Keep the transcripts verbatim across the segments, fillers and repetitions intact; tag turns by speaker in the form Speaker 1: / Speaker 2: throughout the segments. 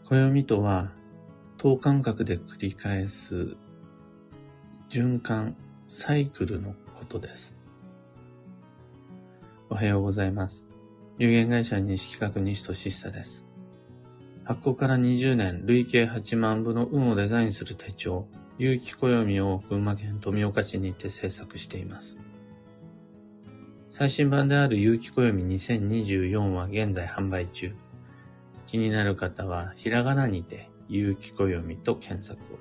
Speaker 1: 暦とは、等間隔で繰り返す循環、サイクルのことです。おはようございます。有限会社西企画西俊久です。発行からにじゅうねん、累計はちまんぶの運をデザインする手帳、有機暦を群馬県富岡市にて制作しています。最新版である有機暦にせんにじゅうよんは現在販売中。気になる方はひらがなにて有機暦と検索を。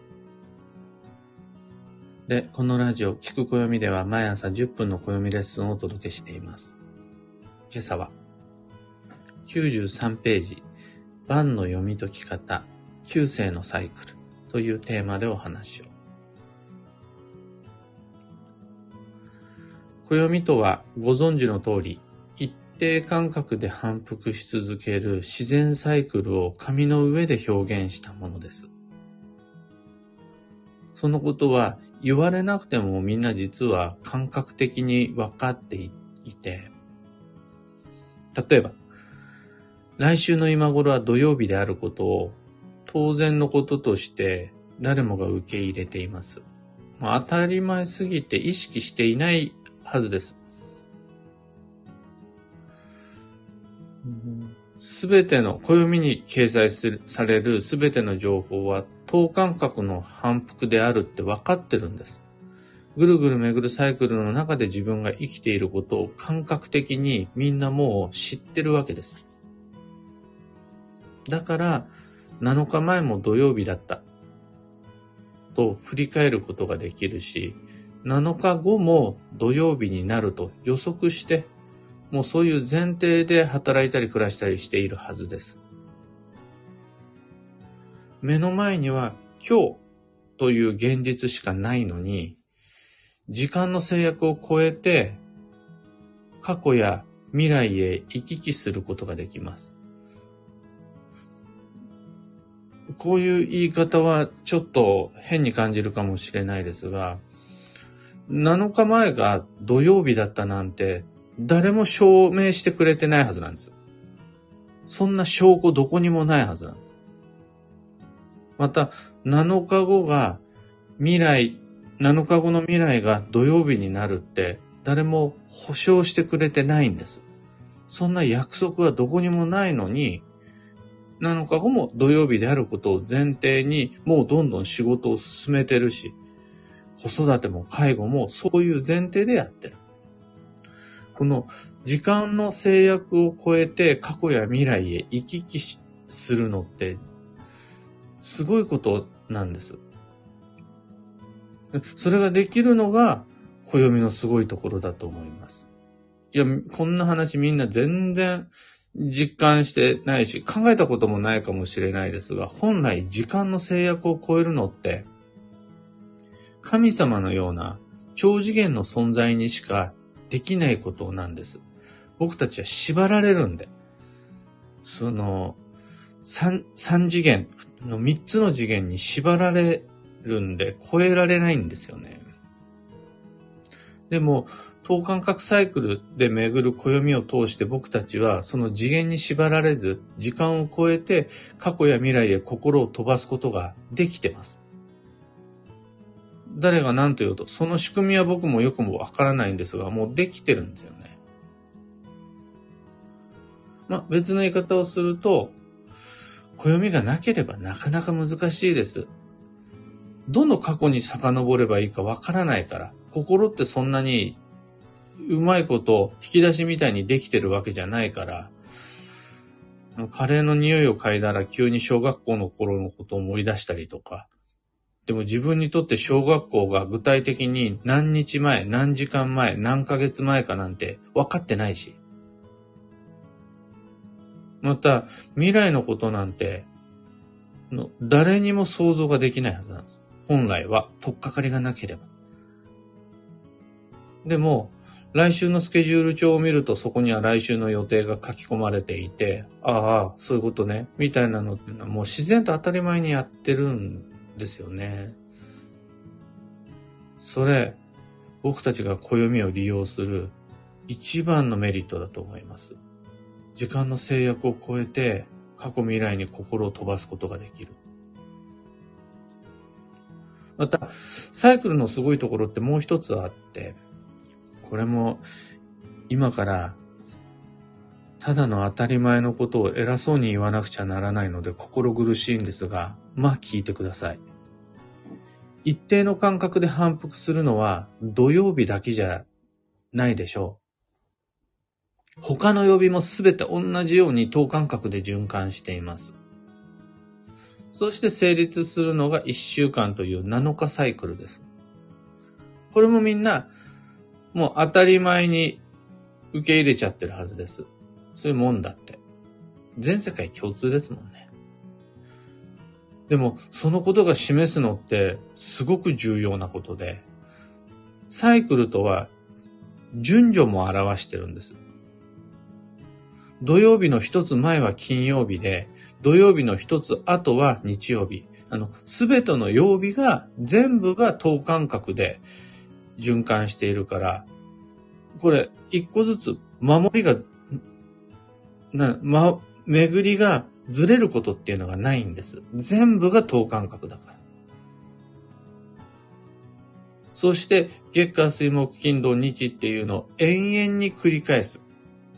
Speaker 1: で、このラジオ聞く暦では毎朝じゅっぷんの暦レッスンをお届けしています。今朝はきゅうじゅうさんページ、晩の読み解き方、九星のサイクルというテーマでお話を。暦とはご存知の通り、一定間隔で反復し続ける自然サイクルを紙の上で表現したものです。そのことは言われなくてもみんな実は感覚的に分かっていて、例えば、来週の今頃は土曜日であることを当然のこととして誰もが受け入れています。まあ、当たり前すぎて意識していないはずです。すべての暦に掲載するされるすべての情報は等間隔の反復であるって分かってるんです。ぐるぐる巡るサイクルの中で自分が生きていることを感覚的にみんなもう知ってるわけです。だからなのかまえも土曜日だったと振り返ることができるし、なのかごも土曜日になると予測して、もうそういう前提で働いたり暮らしたりしているはずです。目の前には今日という現実しかないのに、時間の制約を超えて過去や未来へ行き来することができます。こういう言い方はちょっと変に感じるかもしれないですが、なのかまえが土曜日だったなんて誰も証明してくれてないはずなんです。そんな証拠どこにもないはずなんです。また、なのかごが未来、なのかごの未来が土曜日になるって誰も保証してくれてないんです。そんな約束はどこにもないのに、なのかごも土曜日であることを前提にもうどんどん仕事を進めてるし、子育ても介護もそういう前提でやってる。この時間の制約を超えて過去や未来へ行き来するのってすごいことなんです。それができるのが暦のすごいところだと思います。いや、こんな話みんな全然実感してないし、考えたこともないかもしれないですが、本来時間の制約を超えるのって、神様のような超次元の存在にしかできないことなんです。僕たちは縛られるんで、その三、三次元の三つの次元に縛られるんで超えられないんですよね。でも、等間隔サイクルで巡る暦を通して僕たちはその次元に縛られず、時間を超えて過去や未来へ心を飛ばすことができてます。誰が何と言おうと、その仕組みは僕もよくもわからないんですが、もうできてるんですよね。まあ、別の言い方をすると、暦がなければなかなか難しいです。どの過去に遡ればいいかわからないから、心ってそんなにうまいこと引き出しみたいにできてるわけじゃないから、カレーの匂いを嗅いだら急に小学校の頃のことを思い出したりとか、でも自分にとって小学校が具体的に何日前、何時間前、何ヶ月前かなんて分かってないし、また未来のことなんての誰にも想像ができないはずなんです。本来は取っかかりがなければ。でも来週のスケジュール帳を見るとそこには来週の予定が書き込まれていて、ああそういうことねみたいなのっていうのはもう自然と当たり前にやってるんですよね。それ僕たちが暦を利用する一番のメリットだと思います。時間の制約を超えて過去未来に心を飛ばすことができる。また、サイクルのすごいところってもう一つあって、これも今からただの当たり前のことを偉そうに言わなくちゃならないので心苦しいんですが、まあ聞いてください。一定の感覚で反復するのは土曜日だけじゃないでしょう。他の曜日もすべて同じように等間隔で循環しています。そして成立するのがいっしゅうかんというなのかサイクルです。これもみんなもう当たり前に受け入れちゃってるはずです。そういうもんだって。全世界共通ですもんね。でもそのことが示すのってすごく重要なことで、サイクルとは順序も表してるんです。土曜日の一つ前は金曜日で、土曜日の一つ後は日曜日。あの、すべての曜日が全部が等間隔で循環しているから、これ一個ずつ守りが、な、ま、巡りがずれることっていうのがないんです。全部が等間隔だから。そして月火水木金土日っていうのを延々に繰り返す。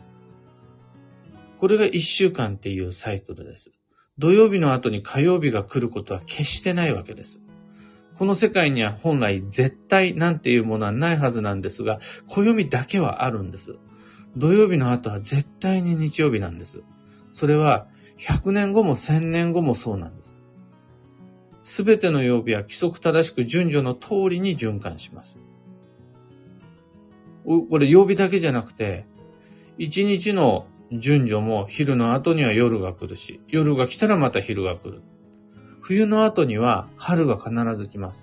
Speaker 1: これが一週間っていうサイクルです。土曜日の後に火曜日が来ることは決してないわけです。この世界には本来絶対なんていうものはないはずなんですが、暦だけはあるんです。土曜日の後は絶対に日曜日なんです。それはひゃくねんごもせんねんごもそうなんです。すべての曜日は規則正しく順序の通りに循環します。これ曜日だけじゃなくて、一日の順序も昼の後には夜が来るし、夜が来たらまた昼が来る。冬の後には春が必ず来ます。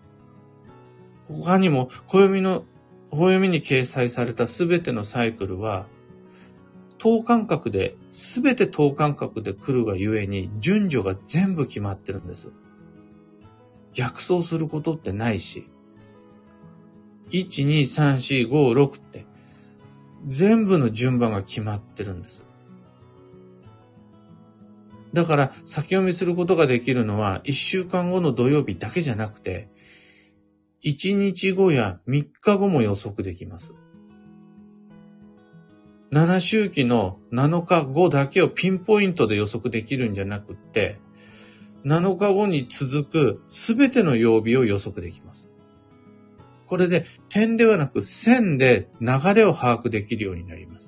Speaker 1: 他にも暦の、暦に掲載されたすべてのサイクルは、等間隔で、すべて等間隔で来るがゆえに、順序が全部決まってるんです。逆走することってないし、いち、に、さん、し、ご、ろくって、全部の順番が決まってるんです。だから先読みすることができるのはいっしゅうかんごの土曜日だけじゃなくて、いちにちごやみっかごも予測できます。なな周期のなのかごだけをピンポイントで予測できるんじゃなくって、なのかごに続くすべての曜日を予測できます。これで点ではなく線で流れを把握できるようになります。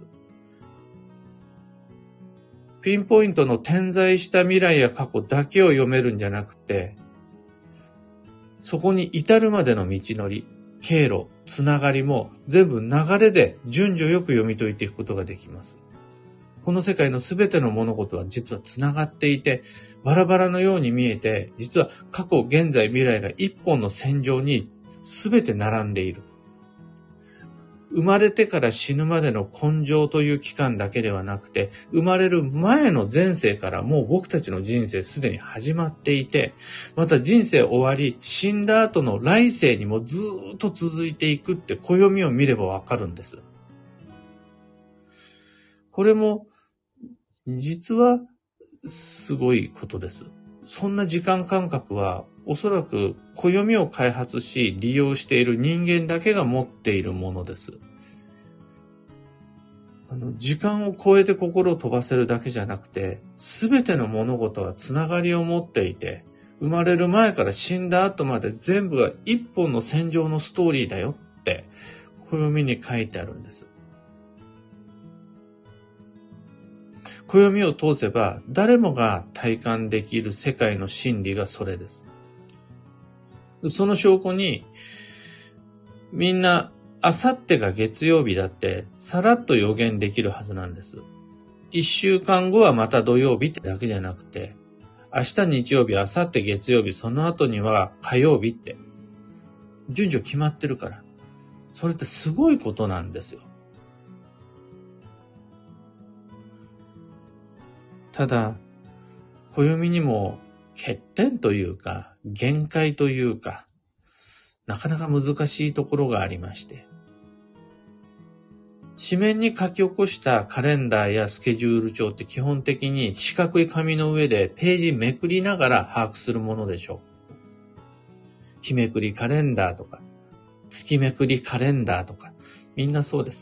Speaker 1: ピンポイントの点在した未来や過去だけを読めるんじゃなくて、そこに至るまでの道のり、経路、つながりも全部流れで順序よく読み解いていくことができます。この世界のすべての物事は実はつながっていて、バラバラのように見えて、実は過去、現在、未来が一本の線上にすべて並んでいる。生まれてから死ぬまでの根性という期間だけではなくて、生まれる前の前世からもう僕たちの人生すでに始まっていて、また人生終わり、死んだ後の来世にもずーっと続いていくって暦を見ればわかるんです。これも実はすごいことです。そんな時間感覚はおそらく暦を開発し利用している人間だけが持っているものです。あの時間を超えて心を飛ばせるだけじゃなくて、すべての物事はつながりを持っていて、生まれる前から死んだ後まで全部が一本の線上のストーリーだよって暦に書いてあるんです。暦を通せば誰もが体感できる世界の真理がそれです。その証拠にみんなあさってが月曜日だってさらっと予言できるはずなんです。一週間後はまた土曜日ってだけじゃなくて、明日日曜日、あさって月曜日、その後には火曜日って順序決まってるから、それってすごいことなんですよ。ただ、暦にも欠点というか、限界というか、なかなか難しいところがありまして。 紙面に書き起こしたカレンダーやスケジュール帳って基本的に四角い紙の上でページめくりながら把握するものでしょう。日めくりカレンダーとか、月めくりカレンダーとか、みんなそうです。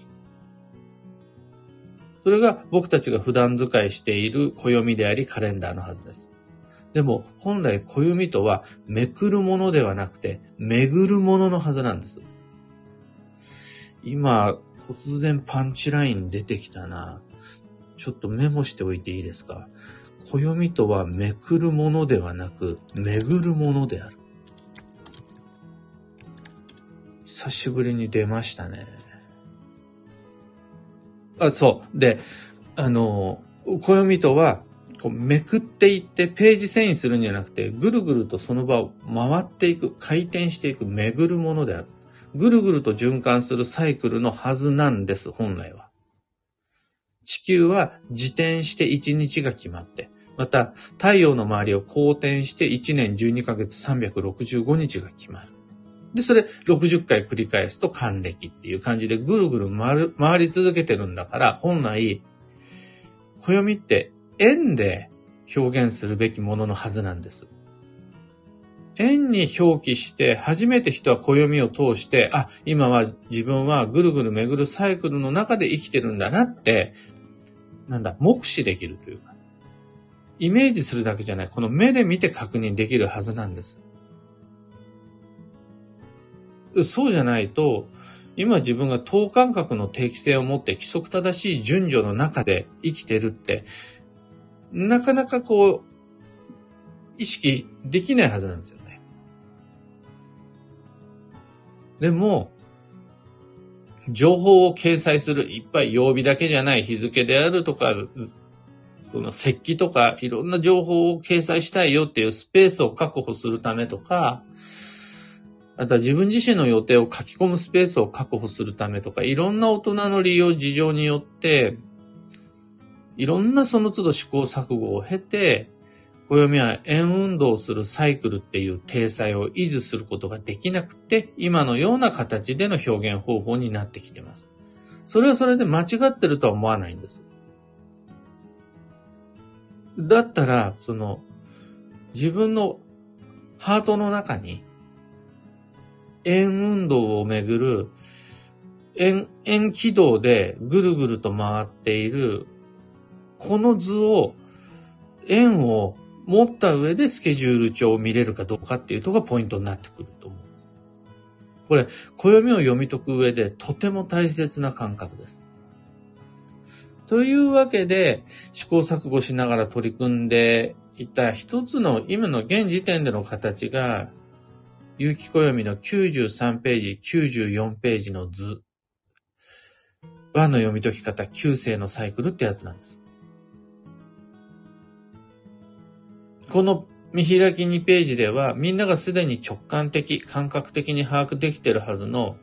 Speaker 1: それが僕たちが普段使いしている暦でありカレンダーのはずです。でも本来暦とはめくるものではなくて巡るもののはずなんです。今突然パンチライン出てきたな。ちょっとメモしておいていいですか。暦とはめくるものではなく巡るものである。久しぶりに出ましたね。あ、そう。で、あの、暦とはこうめくっていってページ遷移するんじゃなくて、ぐるぐるとその場を回っていく、回転していく、巡るものである。ぐるぐると循環するサイクルのはずなんです、本来は。地球は自転していちにちが決まって、また太陽の周りを公転していちねんじゅうにかげつさんびゃくろくじゅうごにちが決まる。で、それろくじゅっかい繰り返すと還暦っていう感じでぐるぐる回る、回り続けてるんだから、本来、暦って円で表現するべきもののはずなんです。円に表記して初めて人は暦を通して、あ、今は自分はぐるぐる巡るサイクルの中で生きてるんだなって、なんだ、目視できるというか、イメージするだけじゃない、この目で見て確認できるはずなんです。そうじゃないと、今自分が等間隔の定期性を持って規則正しい順序の中で生きてるって、なかなかこう、意識できないはずなんですよね。でも、情報を掲載するいっぱい曜日だけじゃない日付であるとか、その石器とかいろんな情報を掲載したいよっていうスペースを確保するためとか、あとは自分自身の予定を書き込むスペースを確保するためとか、いろんな大人の利用事情によって、いろんなその都度試行錯誤を経て、暦は円運動するサイクルっていう体裁を維持することができなくて、今のような形での表現方法になってきています。それはそれで間違ってるとは思わないんです。だったら、その、自分のハートの中に、円運動をめぐる、円、円軌道でぐるぐると回っている、この図を、円を持った上でスケジュール帳を見れるかどうかっていうところがポイントになってくると思います。これ、暦を読み解く上でとても大切な感覚です。というわけで、試行錯誤しながら取り組んでいた一つの今の現時点での形が、有機暦のきゅうじゅうさんページ、きゅうじゅうよんページの図。和の読み解き方、九星のサイクルってやつなんです。この見開きにページでは、みんながすでに直感的、感覚的に把握できているはずの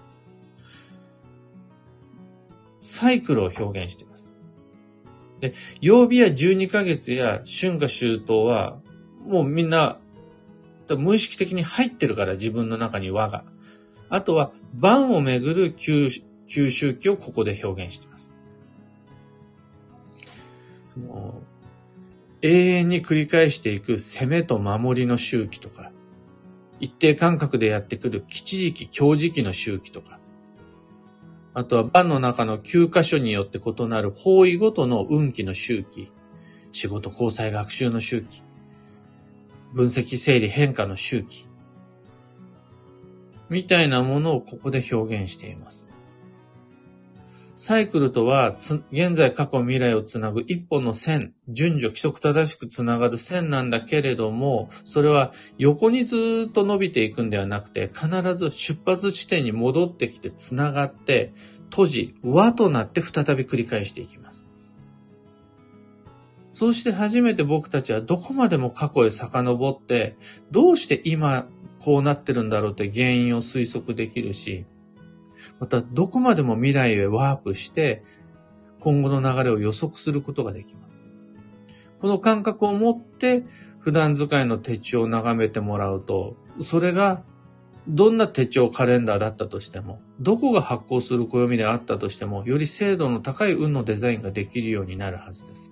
Speaker 1: サイクルを表現しています。で、曜日やじゅうにかげつや春夏秋冬は、もうみんな無意識的に入ってるから、自分の中に和が。あとは、晩をめぐる九周期をここで表現しています。その永遠に繰り返していく攻めと守りの周期とか、一定間隔でやってくる吉時期、凶時期の周期とか、あとは晩の中のきゅう箇所によって異なる方位ごとの運気の周期、仕事、交際、学習の周期、分析、整理、変化の周期、みたいなものをここで表現しています。サイクルとは、現在、過去、未来をつなぐ一本の線、順序、規則正しくつながる線なんだけれども、それは横にずっと伸びていくんではなくて、必ず出発地点に戻ってきてつながって、閉じ、輪となって再び繰り返していきます。そうして初めて僕たちはどこまでも過去へ遡って、どうして今こうなってるんだろうという原因を推測できるし、またどこまでも未来へワープして今後の流れを予測することができます。この感覚を持って普段使いの手帳を眺めてもらうと、それがどんな手帳カレンダーだったとしても、どこが発行する暦であったとしても、より精度の高い運のデザインができるようになるはずです。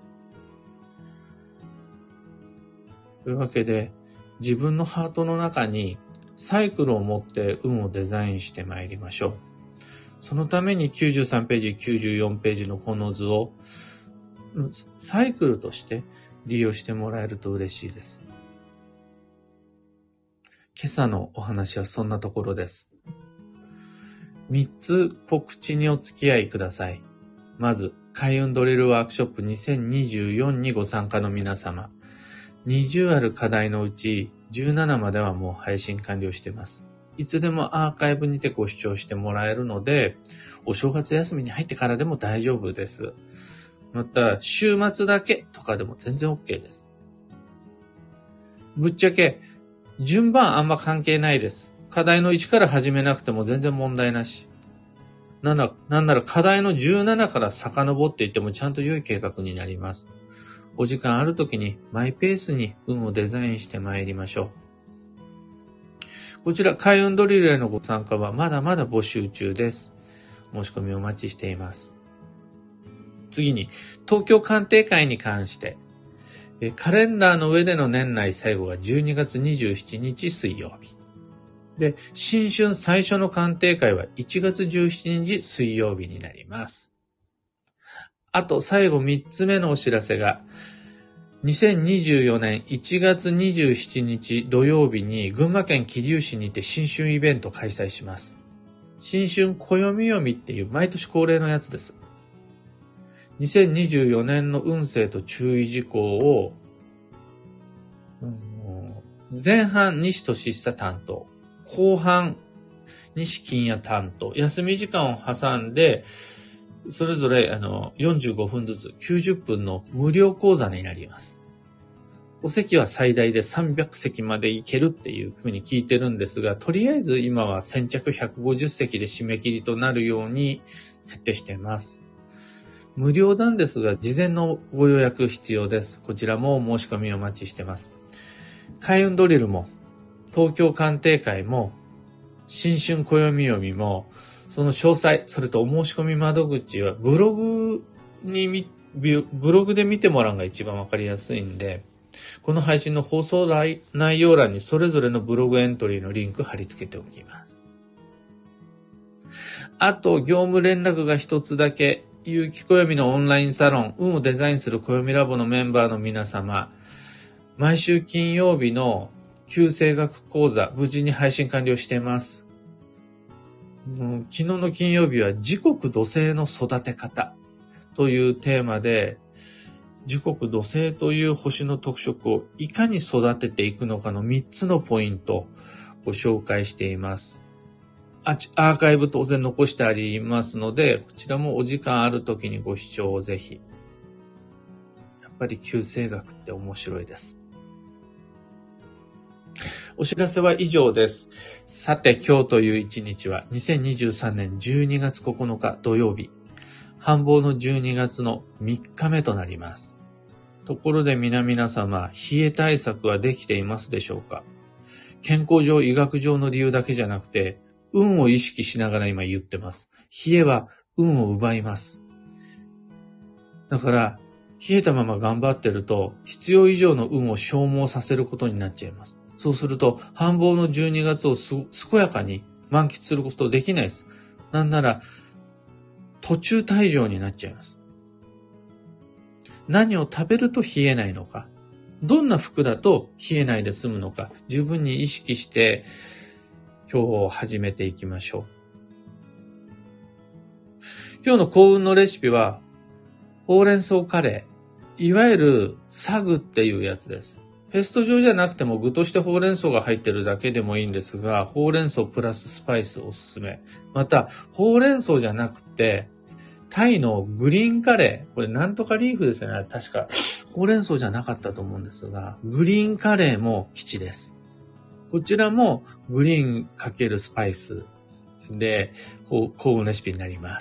Speaker 1: というわけで、自分のハートの中にサイクルを持って運をデザインしてまいりましょう。そのためにきゅうじゅうさんページ、きゅうじゅうよんページのこの図をサイクルとして利用してもらえると嬉しいです。今朝のお話はそんなところです。みっつ告知にお付き合いください。まず、開運ドリルワークショップにせんにじゅうよんにご参加の皆様。にじゅうある課題のうちじゅうななまではもう配信完了しています。いつでもアーカイブにてご視聴してもらえるので、お正月休みに入ってからでも大丈夫です。また、週末だけとかでも全然 OK です。ぶっちゃけ、順番あんま関係ないです。課題のいちから始めなくても全然問題なし。なんななんなら課題のじゅうななから遡っていってもちゃんと良い計画になります。お時間あるときにマイペースに運をデザインしてまいりましょう。こちら、開運ドリルへのご参加はまだまだ募集中です。申し込みお待ちしています。次に、東京鑑定会に関して、カレンダーの上での年内最後がじゅうにがつにじゅうしちにち水曜日。で、新春最初の鑑定会はいちがつじゅうしちにち水曜日になります。あと最後みっつめのお知らせが、にせんにじゅうよねんいちがつにじゅうしちにち土曜日に群馬県桐生市にて新春イベント開催します。新春暦読みっていう毎年恒例のやつです。にせんにじゅうよねんの運勢と注意事項を、前半西俊久担当、後半西金也担当、休み時間を挟んで、それぞれあのよんじゅうごふんずつきゅうじゅっぷんの無料講座になります。お席は最大でさんびゃくせきまで行けるっていうふうに聞いてるんですが、とりあえず今は先着ひゃくごじゅっせきで締め切りとなるように設定しています。無料なんですが、事前のご予約必要です。こちらもお申し込みお待ちしてます。開運ドリルも、東京鑑定会も、新春暦読みも、その詳細、それとお申し込み窓口はブログに、ブログで見てもらうのが一番わかりやすいんで、この配信の放送内容欄にそれぞれのブログエントリーのリンク貼り付けておきます。あと、業務連絡が一つだけ、有機暦のオンラインサロン、運をデザインする暦ラボのメンバーの皆様、毎週金曜日の旧星学講座、無事に配信完了しています。うん、昨日の金曜日は時刻土星の育て方というテーマで、時刻土星という星の特色をいかに育てていくのかのみっつのポイントをご紹介しています。アーカイブ当然残してありますので、こちらもお時間あるときにご視聴をぜひ。やっぱり旧星学って面白いです。お知らせは以上です。さて今日という一日はにせんにじゅうさんねんじゅうにがつここのか土曜日。繁忙のじゅうにがつのみっかめとなります。ところで皆々様、冷え対策はできていますでしょうか？健康上、医学上の理由だけじゃなくて、運を意識しながら今言ってます。冷えは運を奪います。だから、冷えたまま頑張ってると、必要以上の運を消耗させることになっちゃいます。そうすると、繁忙のじゅうにがつをす健やかに満喫することできないです。なんなら、途中退場になっちゃいます。何を食べると冷えないのか、どんな服だと冷えないで済むのか、十分に意識して、今日を始めていきましょう。今日の幸運のレシピは、ほうれん草カレー。いわゆるサグっていうやつです。ペースト状じゃなくても具としてほうれん草が入ってるだけでもいいんですが、ほうれん草プラススパイスおすすめ。また、ほうれん草じゃなくて、タイのグリーンカレー。これなんとかリーフですよね。確か、ほうれん草じゃなかったと思うんですが、グリーンカレーも吉です。こちらもグリーン×スパイスで幸運レシピになります。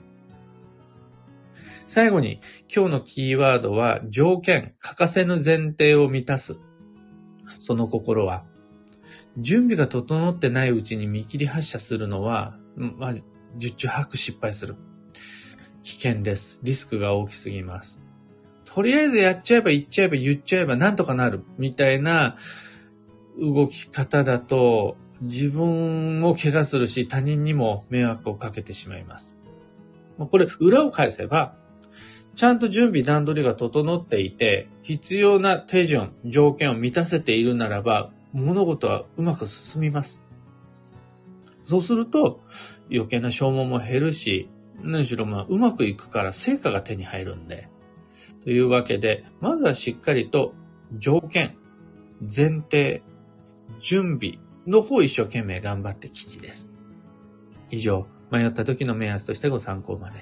Speaker 1: 最後に今日のキーワードは条件、欠かせぬ前提を満たす。その心は準備が整ってないうちに見切り発車するのは、まあ、十中八九失敗する。危険です。リスクが大きすぎます。とりあえずやっちゃえば言っちゃえば言っちゃえばなんとかなるみたいな動き方だと自分を怪我するし他人にも迷惑をかけてしまいます。これ裏を返せばちゃんと準備段取りが整っていて必要な手順、条件を満たせているならば物事はうまく進みます。そうすると余計な消耗も減るし何しろまあうまくいくから成果が手に入るんでというわけでまずはしっかりと条件、前提、準備の方を一生懸命頑張って吉です。以上、迷った時の目安としてご参考まで。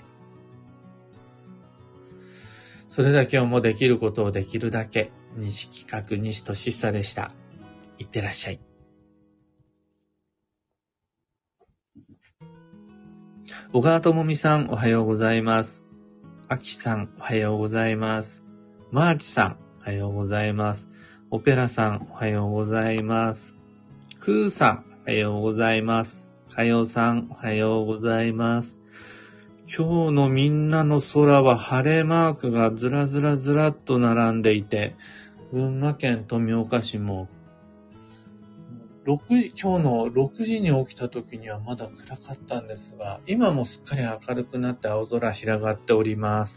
Speaker 1: それでは今日もできることをできるだけ、西企画西俊久でした。いってらっしゃい。小川智美さん、おはようございます。あきさん、おはようございます。マーチさん、おはようございます。オペラさん、おはようございます。クーさん、おはようございます。かよさん、おはようございます。今日のみんなの空は晴れマークがずらずらずらっと並んでいて、群馬県富岡市もろくじ、今日のろくじに起きた時にはまだ暗かったんですが、今もすっかり明るくなって青空広がっております。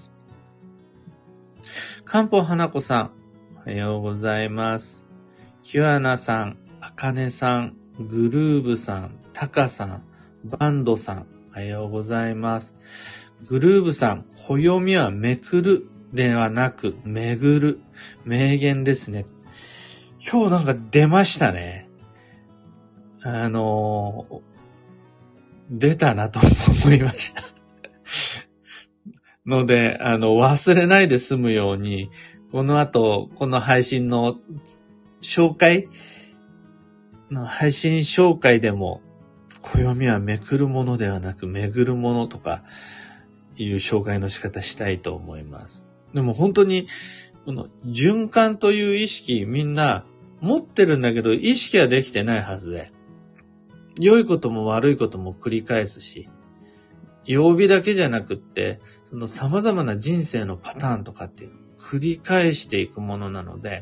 Speaker 1: かんぽ花子さん、おはようございます。キュアナさん、あかねさん、グルーブさん、タカさん、バンドさん、おはようございます。グルーブさん、暦はめくるではなくめぐる。名言ですね。今日なんか出ましたね。あの、出たなと思いました。ので、あの、忘れないで済むように、この後、この配信の紹介の配信紹介でも、暦はめくるものではなくめぐるものとかいう紹介の仕方したいと思います。でも本当に、この循環という意識みんな持ってるんだけど、意識はできてないはずで、良いことも悪いことも繰り返すし、曜日だけじゃなくって、その様々な人生のパターンとかっていう繰り返していくものなので、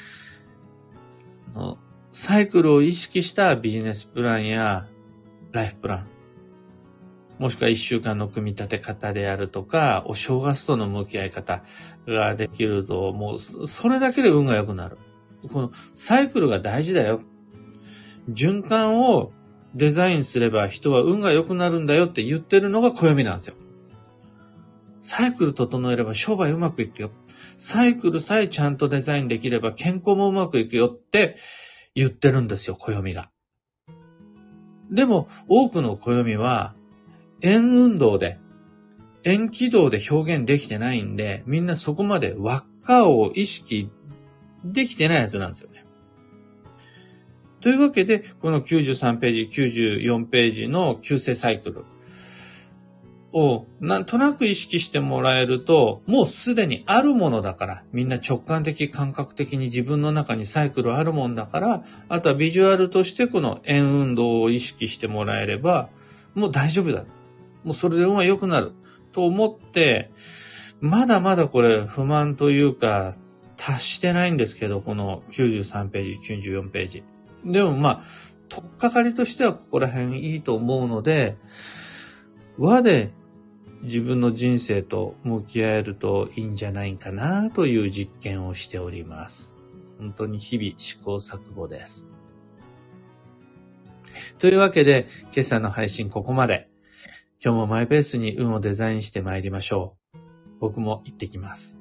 Speaker 1: のサイクルを意識したビジネスプランやライフプラン、もしくは一週間の組み立て方であるとか、お正月との向き合い方ができると、もうそれだけで運が良くなる。このサイクルが大事だよ。循環をデザインすれば人は運が良くなるんだよって言ってるのが暦なんですよ。サイクル整えれば商売うまくいくよ。サイクルさえちゃんとデザインできれば健康もうまくいくよって言ってるんですよ、暦が。でも多くの暦は円運動で、円軌道で表現できてないんで、みんなそこまで輪っかを意識できてないやつなんですよね。というわけで、このきゅうじゅうさんページ、きゅうじゅうよんページの旧世サイクルをなんとなく意識してもらえると、もうすでにあるものだから、みんな直感的、感覚的に自分の中にサイクルあるもんだから、あとはビジュアルとしてこの円運動を意識してもらえれば、もう大丈夫だ。もうそれで運は良くなる。と思って、まだまだこれ不満というか、達してないんですけど、このきゅうじゅうさんページ、きゅうじゅうよんページ。でもまあ、とっかかりとしてはここら辺いいと思うので、和で自分の人生と向き合えるといいんじゃないかなという実験をしております。本当に日々試行錯誤です。というわけで、今朝の配信ここまで。今日もマイペースに運をデザインして参りましょう。僕も行ってきます。